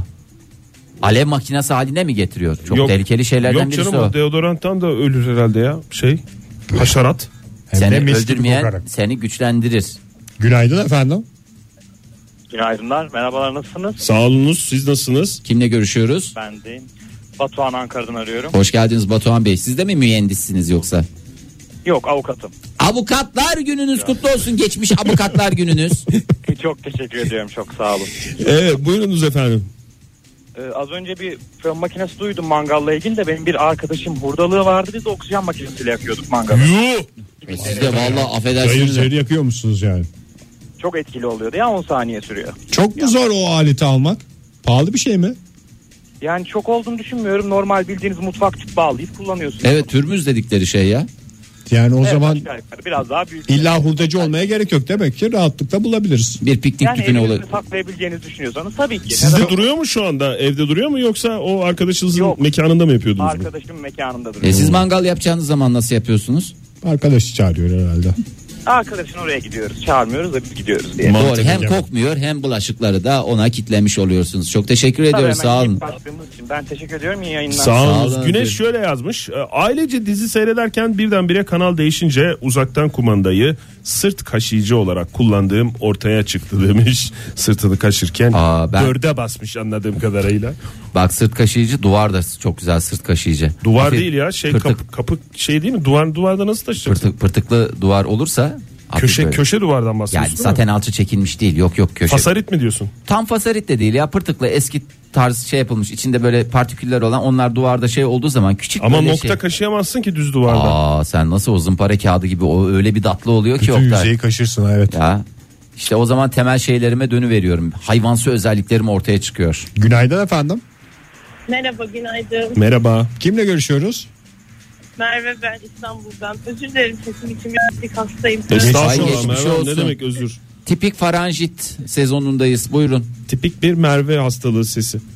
Alev makinesi haline mi getiriyor? Çok Yok. tehlikeli şeylerden Yok birisi canım, o. o deodoranttan da ölür herhalde ya. Haşerat. Hem de Seni mis gibi öldürmeyen kokarak. seni güçlendirir. Günaydın efendim. Günaydınlar, merhabalar, nasılsınız? Sağ olunuz, siz nasılsınız? Kimle görüşüyoruz? Ben de Batuhan, Ankara'dan arıyorum. Hoş geldiniz Batuhan Bey. Siz de mi mühendissiniz yoksa? Yok, avukatım. Avukatlar gününüz kutlu olsun. Geçmiş avukatlar gününüz. Çok teşekkür ediyorum, çok sağ olun. Evet, buyurunuz efendim. Az önce bir fön makinesi duydum mangalla ilgili de, benim bir arkadaşım hurdalığı vardı, biz de oksijen makinesiyle yakıyorduk mangalı. Yuh! Siz de vallahi Hayır, affedersiniz. zehri yakıyor musunuz yani? Çok etkili oluyordu ya, 10 saniye sürüyor. Çok mu zor o aleti almak? Pahalı bir şey mi? Yani çok olduğunu düşünmüyorum, normal bildiğiniz mutfak tüp bağlayıp kullanıyorsunuz. Evet, türmüz dedikleri şey ya. Yani o Evet, zaman aşağı yukarı biraz daha büyük. illa hurdacı olmaya gerek yok, demek ki rahatlıkla bulabiliriz. Bir piknik Yani tüpüne olur. evinizde saklayabileceğinizi düşünüyorsanız tabii ki. Sizde Neden- duruyor mu şu anda? Evde duruyor mu, yoksa o arkadaşınızın Yok. mekanında mı yapıyordunuz? bunu? Arkadaşım mekanında duruyor. Siz mangal yapacağınız zaman nasıl yapıyorsunuz? Arkadaşı çağırıyor herhalde. Arkadaşın oraya gidiyoruz, çağırmıyoruz da biz gidiyoruz diye. Mantıklı Doğru, hem yani. kokmuyor hem bulaşıkları da ona kitlemiş oluyorsunuz. Çok teşekkür Tabii, ediyoruz, hemen sağ olun. ilk başladığımız için ben teşekkür ediyorum, iyi yayınlar. Sağ Sağ olun. olun. Güneş şöyle yazmış. Ailece dizi seyrederken birdenbire kanal değişince uzaktan kumandayı sırt kaşıyıcı olarak kullandığım ortaya çıktı demiş. Sırtını kaşırken Ben- dörde basmış anladığım kadarıyla. Bak, sırt kaşıyıcı, duvar da çok güzel sırt kaşıyıcı. Duvar Hafif değil ya, şey pırtık- kapı şey değil mi? Duvarda nasıl taşıyacaksın? pırtıklı duvar olursa hafif böyle. Köşe duvardan Yani bahsediyorsun. değil mi? saten alçı çekilmiş değil, yok köşe. Fasarit mi diyorsun? Tam fasarit de değil ya, pırtıklı eski tarz şey yapılmış, içinde böyle partiküller olan, onlar duvarda şey olduğu zaman küçük Ama böyle nokta şey. kaşıyamazsın ki düz duvarda. Sen nasıl, o zımpara kağıdı gibi, o öyle bir tatlı oluyor ki Bütün Oktay. yüzeyi kaşırsın, evet. Ya işte o zaman temel şeylerime dönüveriyorum. Hayvansı özelliklerim ortaya çıkıyor. Günaydın efendim. Merhaba, günaydın. Merhaba. Kimle görüşüyoruz? Merve, ben İstanbul'dan. Özür dilerim, sesim için birazcık hastayım. Ay, Estağfurullah geçmiş Merve Hanım, ne olsun. demek özür. Tipik faranjit sezonundayız, buyurun. Tipik bir Merve hastalığı sesi.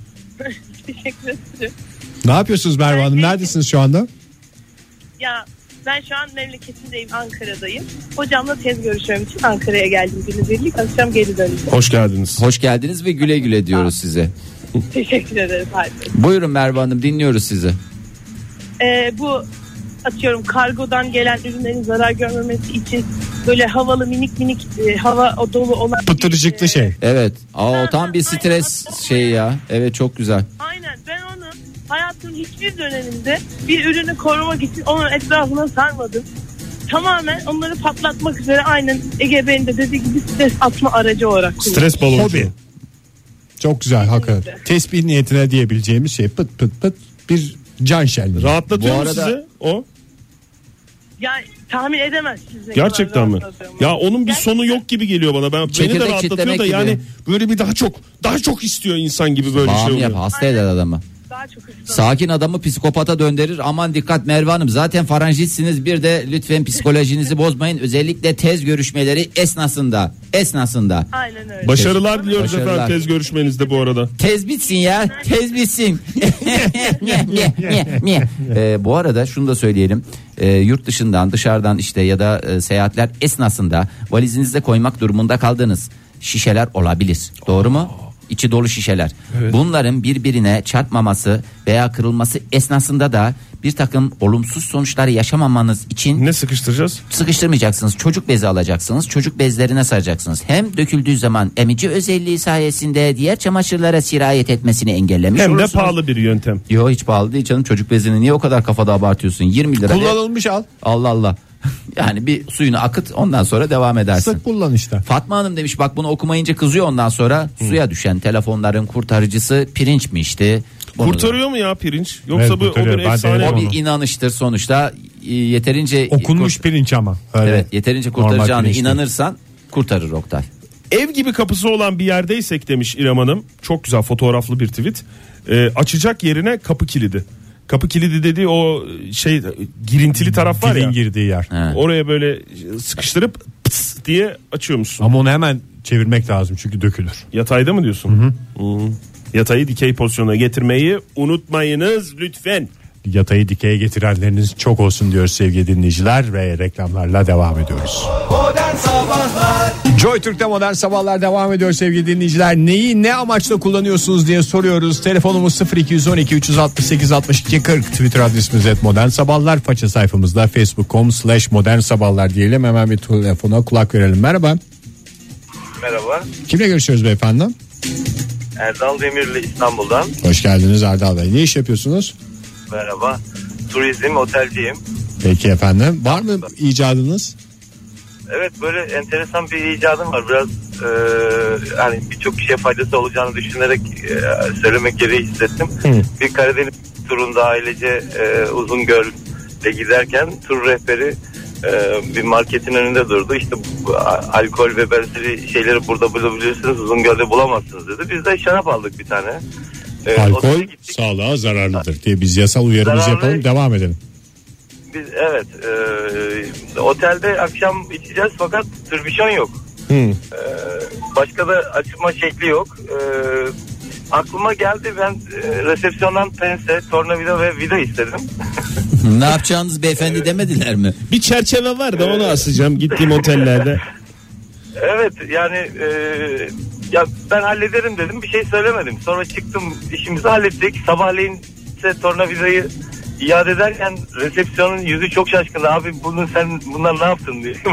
Teşekkür ederim. Ne yapıyorsunuz Merve Hanım? Neredesiniz şu anda? Ya ben şu an memleketimdeyim, Ankara'dayım. Hocamla tez görüşmem için Ankara'ya geldim günübirlik. Akşam geri döneceğim. Hoş geldiniz. Hoş geldiniz ve güle güle diyoruz size. Teşekkür ederim. Buyurun Merve Hanım, dinliyoruz sizi. Bu atıyorum kargodan gelen ürünlerin zarar görmemesi için böyle havalı minik hava dolu olan Pıtırcıklı şey. Evet. O tam bir stres şeyi ya. Evet, çok güzel. Aynen, ben onu hayatımın hiçbir döneminde bir ürünü korumak için onun etrafına sarmadım. Tamamen onları patlatmak üzere, aynen Ege Bey'in de dediği gibi stres atma aracı olarak kullanıyorum. Stres baloncu. Hobi. Çok güzel hakikaten. Tesbih niyetine diyebileceğimiz şey pıt pıt pıt bir can şenliği. Rahatlatıyor Bu mu arada- sizi o? Ya tahmin edemezsiniz. ne Gerçekten kadar mi? rahatlatıyorum. Ya onun bir Gerçekten. sonu yok gibi geliyor bana. Beni de Çekirdek rahatlatıyor çitlemek da gibi. yani böyle bir daha çok istiyor insan gibi böyle Bağım şey yap, oluyor. hasta eder adamı. Daha çok hızlı. Sakin adamı psikopata döndürür. Aman dikkat Merve Hanım, zaten faranjitsiniz, bir de lütfen psikolojinizi bozmayın. Özellikle tez görüşmeleri esnasında. Aynen öyle. Başarılar diliyoruz Başarılar. efendim tez görüşmenizde bu arada. Tez bitsin ya, tez bitsin. Bu arada şunu da söyleyelim. Yurt dışından, dışarıdan işte ya da seyahatler esnasında valizinizde koymak durumunda kaldığınız şişeler olabilir. Doğru mu? İçi dolu şişeler. Evet. Bunların birbirine çarpmaması veya kırılması esnasında da bir takım olumsuz sonuçları yaşamamanız için Ne sıkıştıracağız? sıkıştırmayacaksınız. Çocuk bezi alacaksınız. Çocuk bezlerine saracaksınız. Hem döküldüğü zaman emici özelliği sayesinde diğer çamaşırlara sirayet etmesini engellemiş Hem de olursunuz. pahalı bir yöntem. Yok, hiç pahalı değil canım. Çocuk bezini niye o kadar kafada abartıyorsun? 20 lira. Kullanılmış al. Allah Allah. Yani bir suyunu akıt, ondan sonra devam edersin. Sık kullan işte. Fatma Hanım demiş, bak bunu okumayınca kızıyor, ondan sonra suya düşen telefonların kurtarıcısı pirinç mi içti? Bunu Kurtarıyor mu ya pirinç? Yoksa Evet, bu o kurtarıyor. bir Ben efsane denedim o mi? bir inanıştır sonuçta. Yeterince Okunmuş pirinç ama. Öyle. Evet, yeterince Normal kurtaracağını pirinç değil. inanırsan kurtarır Oktay. Ev gibi kapısı olan bir yerdeysek demiş İrem Hanım. Çok güzel fotoğraflı bir tweet. Açacak yerine kapı kilidi. Kapı kilidi dediği o şey girintili taraf var Dilin ya. girdiği yer. He. Oraya böyle sıkıştırıp pıs diye açıyormuşsun. Ama onu hemen çevirmek lazım çünkü dökülür. Yatayda mı diyorsun? Hı. Yatayı dikey pozisyona getirmeyi unutmayınız lütfen. Yatayı dikeye getirenleriniz çok olsun diyoruz sevgili dinleyiciler ve reklamlarla devam ediyoruz. Joy Türk'te Modern Sabahlar devam ediyor sevgili dinleyiciler. Neyi ne amaçla kullanıyorsunuz diye soruyoruz. Telefonumuz 0212 368 62 40. Twitter adresimiz @Modern Sabahlar. Faça sayfamızda facebook.com/Modern Sabahlar diyelim. Hemen bir telefona kulak verelim. Merhaba. Merhaba. Kimle görüşüyoruz beyefendi? Erdal Demirli İstanbul'dan. Hoş geldiniz Erdal Bey. Ne iş yapıyorsunuz? Merhaba. Turizm, otelciyim. Peki efendim. Var mı icadınız? Evet, böyle enteresan bir icadım var. Biraz hani birçok kişiye faydası olacağını düşünerek söylemek gereği hissettim. Bir Karadeniz turunda ailece Uzungöl'e giderken tur rehberi bir marketin önünde durdu. İşte alkol ve benzeri şeyleri burada bulabilirsiniz, Uzungöl'de bulamazsınız dedi. Biz de şarap aldık bir tane. Alkol otele gittik. sağlığa zararlıdır diye biz yasal uyarımızı Zararlı. yapalım, devam edelim. Biz otelde akşam içeceğiz fakat türbüşon yok. Başka da açma şekli yok. Aklıma geldi, ben resepsiyondan pense, tornavida ve vida istedim. Ne yapacağınız beyefendi demediler mi? Bir çerçeve var da onu asacağım gittiğim otellerde. Evet, yani ya ben hallederim dedim, bir şey söylemedim. Sonra çıktım, işimizi hallettik. Sabahleyin ise tornavidayı iade ederken resepsiyonun yüzü çok şaşkın. Abi bunlar ne yaptın diye.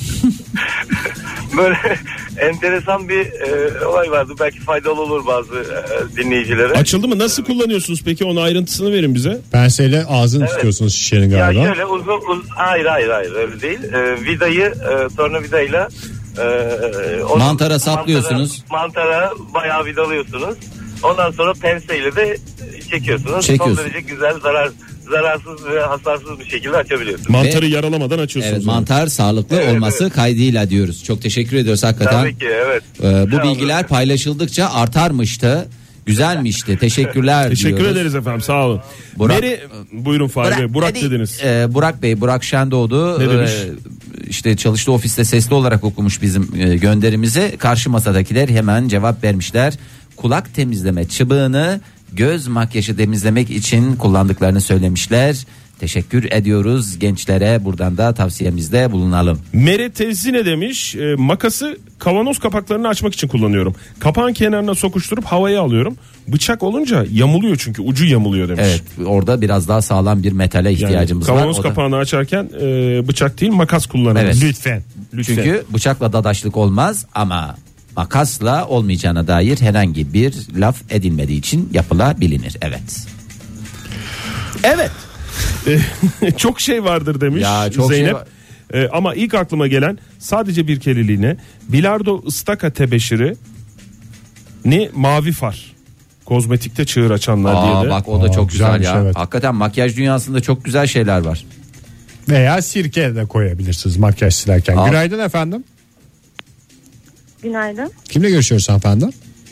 Böyle enteresan bir olay vardı. Belki faydalı olur bazı dinleyicilere. Açıldı mı? Nasıl kullanıyorsunuz peki? Onun ayrıntısını verin bize. Penseyle ağzını tutuyorsunuz şişenin Ya galiba. şöyle hayır öyle değil. Vidayı tornavidayla Mantara saplıyorsunuz. Mantara bayağı vidalıyorsunuz. Ondan sonra penseyle de çekiyorsunuz. Çekiyorsun. Son derece güzel, zararsız ve hasarsız bir şekilde açabiliyorsunuz. Mantarı yaralamadan açıyorsunuz. Evet, onu. mantar sağlıklı olması kaydıyla diyoruz. Çok teşekkür ediyoruz hakikaten. Tabii ki, evet. Bu bilgiler paylaşıldıkça artarmıştı. Güzelmişti. Teşekkürler Teşekkür diyoruz. ederiz efendim, sağ olun. Burak- Buyurun Fahri Bey. Burak dedi- dediniz. Burak Bey, Burak Şendoğdu. Ne demiş? İşte çalıştığı ofiste sesli olarak okumuş bizim gönderimizi. Karşı masadakiler hemen cevap vermişler. Kulak temizleme çıbığını göz makyajı temizlemek için kullandıklarını söylemişler. Teşekkür ediyoruz gençlere, buradan da tavsiyemizde bulunalım. Mere Tezzi ne demiş? Makası kavanoz kapaklarını açmak için kullanıyorum. Kapağın kenarına sokuşturup havaya alıyorum. Bıçak olunca yamuluyor çünkü ucu yamuluyor demiş. Evet, orada biraz daha sağlam bir metale ihtiyacımız var. Kavanoz kapağını açarken bıçak değil makas kullanalım. Evet. Lütfen. Çünkü bıçakla dadaşlık olmaz ama makasla olmayacağına dair herhangi bir laf edilmediği için yapılabilir. Evet. Evet. Çok şey vardır demiş Ya, çok Zeynep. şey var. Ama ilk aklıma gelen sadece bir kereliğine bilardo ıstaka tebeşiri ni mavi far. Kozmetikte çığır açanlar diye de. Bak o da çok güzel güzelmiş, ya. evet. Hakikaten makyaj dünyasında çok güzel şeyler var. Veya sirke de koyabilirsiniz makyaj silerken. Al. Günaydın efendim. Günaydın. Kimle görüşüyoruz hanımefendi?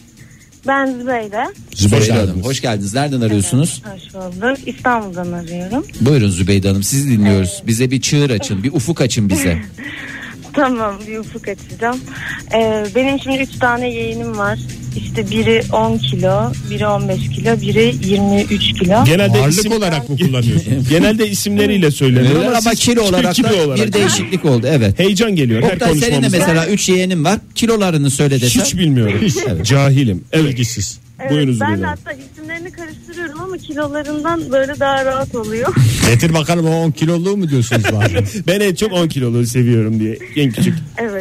Ben Zübeyde. Zübeyde Hanım, hoş geldiniz. Nereden arıyorsunuz? Hoş bulduk. İstanbul'dan arıyorum. Buyurun Zübeyde Hanım, sizi dinliyoruz. Bize bir çığır açın, bir ufuk açın bize. Tamam, bir ufuk açacağım. Benim şimdi 3 tane yeğenim var. İşte biri 10 kilo, biri 15 kilo, biri 23 kilo. Genelde Ağırlık olarak mı kullanıyorsunuz? Genelde isimleriyle söylenir Ama siz kilo olarak kilo da olarak. bir değişiklik oldu. Evet. Heyecan geliyor her Oktay, senin de konuşmamızda. mesela 3 yeğenin var. Kilolarını söyle desem. Hiç bilmiyorum. Evet. Cahilim. Bilgisiz. Evet, Buyurun ben Zübeyde de Hanım. hatta isimlerini karıştırıyorum ama kilolarından böyle daha rahat oluyor. Getir bakalım o 10 kiloluğu mu diyorsunuz bari? Ben en çok 10 kiloluğu seviyorum diye. En küçük. Evet.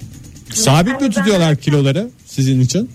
Sabit mi tutuyorlar kiloları sizin için?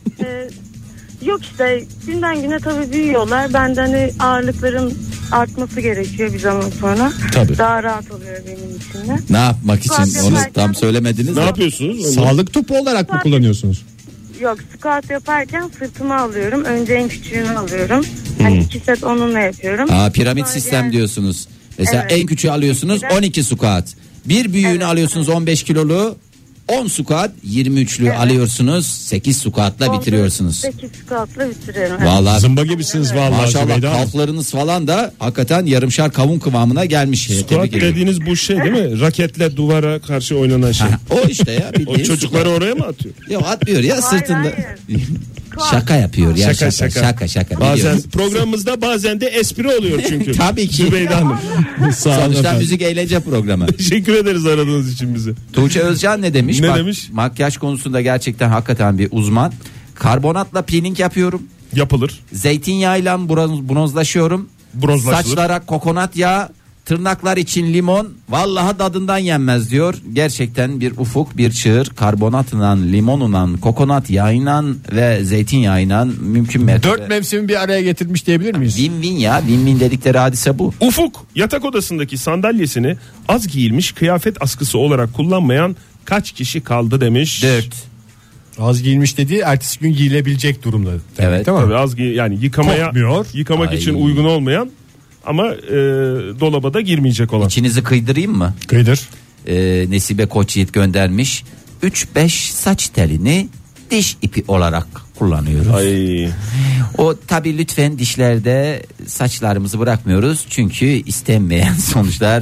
Yok işte günden güne tabii büyüyorlar. Ben de hani ağırlıkların artması gerekiyor bir zaman sonra. Tabii. Daha rahat oluyor benim için de. Ne yapmak için Zaten onu yaparken- tam söylemediniz. Ne ya. yapıyorsunuz? Sağlık topu olarak mı kullanıyorsunuz? Yok, squat yaparken sırtıma alıyorum. Önce en küçüğünü alıyorum. Hani 2 set onunla yapıyorum. Piramit Sonra sistem diğer- diyorsunuz. Mesela Evet. en küçüğü alıyorsunuz 12 squat. Bir büyüğünü Evet, alıyorsunuz 15 kilolu. 10 squat, 23'lü alıyorsunuz, 8 squatla bitiriyorsunuz. 8 squatla bitiriyorum. Vallahi Zımba gibisiniz vallahi maşallah, Zübeyde Hanım. kalflarınız falan da hakikaten yarımşar kavun kıvamına gelmiş. Squat Tebrik ediyorum. dediğiniz bu şey değil mi? Raketle duvara karşı oynanan şey. O işte ya. O bildiğin çocukları squat. oraya mı atıyor? Ya atmıyor ya Hayır, sırtında. hayır. Şaka yapıyor ya, Şaka, şaka. Bazen biliyoruz. programımızda bazen de espri oluyor çünkü. Tabii ki. Zübeyde Hanım. Sağ olun Sonuçta efendim. müzik eğlence programı. Teşekkür ederiz aradığınız için bizi. Tuğçe Özcan ne demiş? Ne demiş? Makyaj konusunda gerçekten hakikaten bir uzman. Karbonatla peeling yapıyorum. Yapılır. Zeytinyağıyla bronzlaşıyorum. Bronzlaşılır. Saçlara kokonat yağı, tırnaklar için limon. Vallahi tadından yenmez diyor. Gerçekten bir ufuk, bir çığır. Karbonatla, limonla, kokonat yağıyla ve zeytinyağıyla mümkün mertebe. 4 mevsimi bir araya getirmiş diyebilir miyiz? Win-win ya. Win-win dedikleri hadise bu. Ufuk yatak odasındaki sandalyesini az giyilmiş kıyafet askısı olarak kullanmayan kaç kişi kaldı demiş. 4. Az giyilmiş dediği ertesi gün giyilebilecek durumda. Demek, Evet. değil mi? Tabii az yani Kokmuyor. yıkamak Ay. için uygun olmayan ama dolaba da girmeyecek olan. İçinizi kıydırayım mı? Kıydır. Nesibe Koçyiğit göndermiş. 3-5 saç telini diş ipi olarak kullanıyoruz. Ay. O tabii lütfen dişlerde saçlarımızı bırakmıyoruz. Çünkü istenmeyen sonuçlar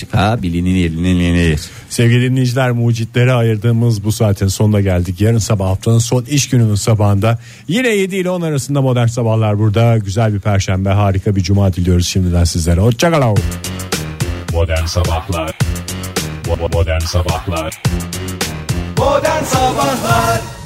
çıkabilir. Sevgili dinleyiciler, mucitlere ayırdığımız bu saatin sonuna geldik. Yarın sabah haftanın son iş gününün sabahında yine 7 ile 10 arasında Modern Sabahlar burada. Güzel bir perşembe, harika bir cuma diliyoruz şimdiden sizlere. Hoşçakalın. Modern Sabahlar. Modern Sabahlar. Modern Sabahlar